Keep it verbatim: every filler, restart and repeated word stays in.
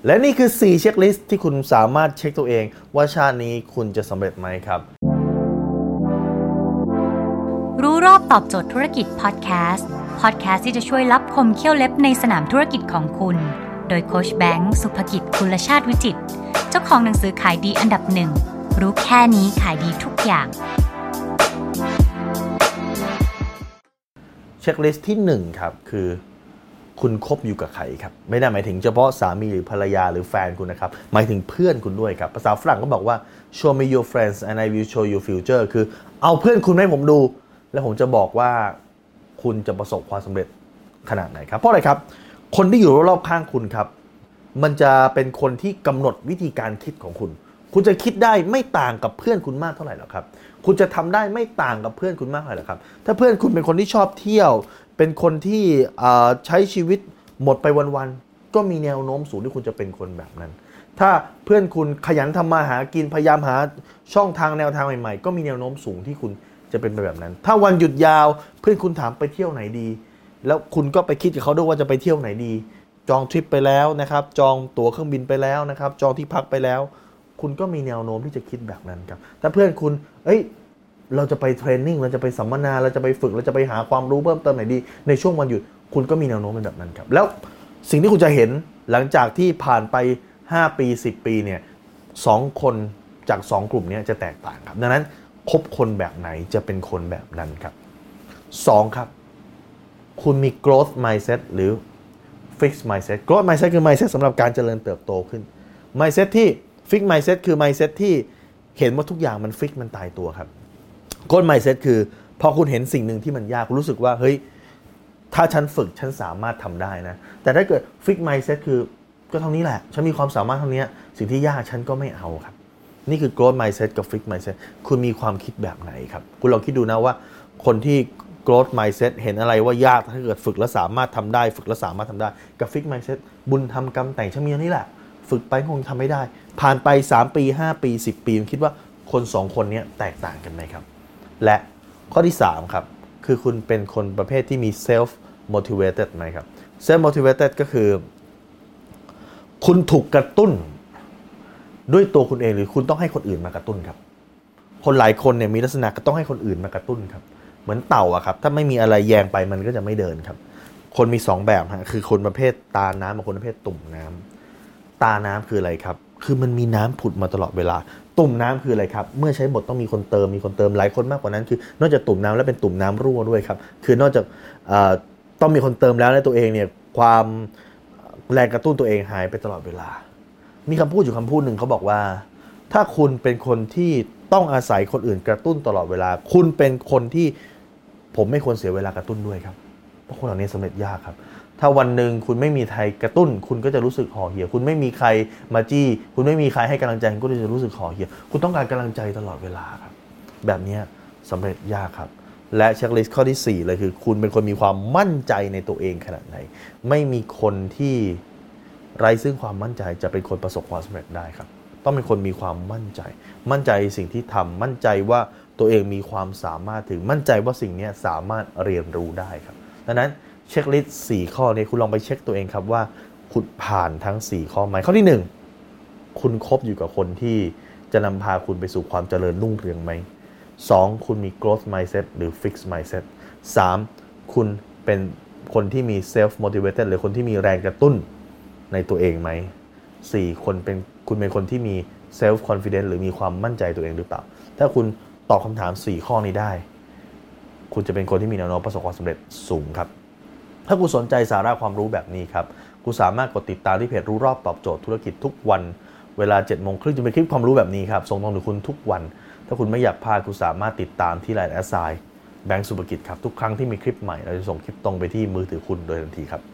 และนี่คือสี่เช็คลิสต์ที่คุณสามารถเช็คตัวเองว่าชาตินี้คุณจะสำเร็จไหมครับรู้รอบตอบโจทย์ธุรกิจพอดแคสต์พอดแคสต์ที่จะช่วยลับคมเขี้ยวเล็บในสนามธุรกิจของคุณโดยโค้ชแบงค์สุภกิจกุลชาติวิจิตรเจ้าของหนังสือขายดีอันดับหนึ่งรู้แค่นี้ขายดีทุกอย่างเช็คลิสต์ที่หนึ่งครับคือคุณคบอยู่กับใครครับไม่ได้หมายถึงเฉพาะสามีหรือภรรยาหรือแฟนคุณนะครับหมายถึงเพื่อนคุณด้วยครับภาษาฝรั่งก็บอกว่า show me your friends and I will show you future คือเอาเพื่อนคุณให้ผมดูแล้วผมจะบอกว่าคุณจะประสบความสำเร็จขนาดไหนครับเพราะอะไรครับคนที่อยู่รอบๆข้างคุณครับมันจะเป็นคนที่กำหนดวิธีการคิดของคุณคุณจะคิดได้ไม่ต่างกับเพื่อนคุณมากเท่าไหร่หรอกครับคุณจะทำได้ไม่ต่างกับเพื่อนคุณมากเท่าไหร่หรอกครับถ้าเพื่อนคุณเป็นคนที่ชอบเที่ยวเป็นคนที่ใช้ชีวิตหมดไปวันๆก็มีแนวโน้มสูงที่คุณจะเป็นคนแบบนั้นถ้าเพื่อนคุณขยันทำมาหากินพยายามหาช่องทางแนวทางใหม่ๆก็มีแนวโน้มสูงที่คุณจะเป็นไปแบบนั้นถ้าวันหยุดยาวเพื่อนคุณถามไปเที่ยวไหนดีแล้วคุณก็ไปคิดกับเขาด้วยว่าจะไปเที่ยวไหนดีจองทริปไปแล้วนะครับจองตั๋วเครื่องบินไปแล้วนะครับจองที่พักไปแล้วคุณก็มีแนวโน้มที่จะคิดแบบนั้นครับถ้าเพื่อนคุณเอ้ยเราจะไปเทรนนิ่งเราจะไปสัมมนาเราจะไปฝึกเราจะไปหาความรู้เพิ่มเติมไหนดีในช่วงวันหยุดคุณก็มีแนวโน้มเป็นแบบนั้นครับแล้วสิ่งที่คุณจะเห็นหลังจากที่ผ่านไปห้าปีสิบปีเนี่ยสองคนจากสองกลุ่มนี้จะแตกต่างครับดังนั้นคบคนแบบไหนจะเป็นคนแบบนั้นครับสองครับคุณมี growth mindset หรือ fixed mindset growth mindset คือ mindset สำหรับการเจริญเติบโตขึ้น mindset ที่ fixed mindset คือ mindset ที่เห็นว่าทุกอย่างมัน fix มันตายตัวครับ growth mindset คือพอคุณเห็นสิ่งหนึ่งที่มันยากคุณรู้สึกว่าเฮ้ยถ้าฉันฝึกฉันสามารถทำได้นะแต่ถ้าเกิด fixed mindset คือก็เท่านี้แหละฉันมีความสามารถเท่านี้สิ่งที่ยากฉันก็ไม่เอาครับนี่คือ growth mindset กับ fixed mindset คุณมีความคิดแบบไหนครับคุณลองคิดดูนะว่าคนที่ growth mindset เห็นอะไรว่ายากถ้าเกิดฝึกแล้วสามารถทำได้ฝึกแล้วสามารถทำได้กับ fixed mindset บุญทำกรรมแต่งฉันมีเท่านี้แหละฝึกไปคงทำไม่ได้ผ่านไปสามปีห้าปีสิบปีคุณคิดว่าคนสองคนนี้แตกต่างกันไหมครับและข้อที่สามครับคือคุณเป็นคนประเภทที่มี self motivated ไหมครับ self motivated ก็คือคุณถูกกระตุ้นด้วยตัวคุณเองหรือคุณต้องให้คนอื่นมากระตุ้นครับคนหลายคนเนี่ยมีลักษณะก็ต้องให้คนอื่นมากระตุ้นครับเหมือนเต่าอะครับถ้าไม่มีอะไรแยงไปมันก็จะไม่เดินครับคนมีสองแบบฮะคือคนประเภทตาน้ำกับคนประเภทตุ่มน้ำตาน้ำคืออะไรครับคือมันมีน้ำผุดมาตลอดเวลาตุ่มน้ำคืออะไรครับเมื่อใช้หมดต้องมีคนเติมมีคนเติมหลายคนมากกว่านั้นคือนอกจากตุ่มน้ำแล้วเป็นตุ่มน้ำรั่วด้วยครับคือนอกจากต้องมีคนเติมแล้วในตัวเองเนี่ยความแรงกระตุ้นตัวเองหายไปตลอดเวลามีคำพูดอยู่คำพูดหนึ่งเขาบอกว่าถ้าคุณเป็นคนที่ต้องอาศัยคนอื่นกระตุ้นตลอดเวลาคุณเป็นคนที่ผมไม่ควรเสียเวลากระตุ้นด้วยครับเพราะคนเหล่านี้สำเร็จยากครับถ้าวันหนึ่งคุณไม่มีใครกระตุ้นคุณก็จะรู้สึกห่อเหี่ยวคุณไม่มีใครมาจี้คุณไม่มีใครให้กำลังใจคุณก็จะรู้สึกห่อเหี่ยวคุณต้องการกำลังใจตลอดเวลาครับแบบนี้สำเร็จยากครับและเช็คลิสต์ข้อที่สี่เลยคือคุณเป็นคนมีความมั่นใจในตัวเองขนาดไหนไม่มีคนที่ไร้ซึ่งความมั่นใจจะเป็นคนประสบความสำเร็จได้ครับต้องเป็นคนมีความมั่นใจมั่นใจสิ่งที่ทำมั่นใจว่าตัวเองมีความสามารถถึงมั่นใจว่าสิ่งนี้สามารถเรียนรู้ได้ครับดังนั้นเช็คลิสต์สี่ข้อนี้คุณลองไปเช็คตัวเองครับว่าคุณผ่านทั้งสี่ข้อไหมข้อที่หนึ่งคุณคบอยู่กับคนที่จะนำพาคุณไปสู่ความเจริญรุ่งเรืองไหมสองคุณมี growth mindset หรือ fixed mindset สามคุณเป็นคนที่มี self motivated หรือคนที่มีแรงกระตุ้นในตัวเองไหมสี่คนเป็นคุณเป็นคนที่มี self confidence หรือมีความมั่นใจตัวเองหรือเปล่าถ้าคุณตอบคำถามสี่ข้อนี้ได้คุณจะเป็นคนที่มีแนวโน้มประสบความสำเร็จสูงครับถ้าคุณสนใจสาระความรู้แบบนี้ครับคุณสามารถกดติดตามที่เพจรู้รอบตอบโจทย์ธุรกิจทุกวันเวลา เจ็ดโมงครึ่ง จะเป็นคลิปความรู้แบบนี้ครับส่งตรงถึงคุณทุกวันถ้าคุณไม่อยากพลาดคุณสามารถติดตามที่ไลน์ แอท ไซน์ แบงค์สุภกิจครับทุกครั้งที่มีคลิปใหม่เราจะส่งคลิปตรงไปที่มือถือคุณโดยทันทีครับ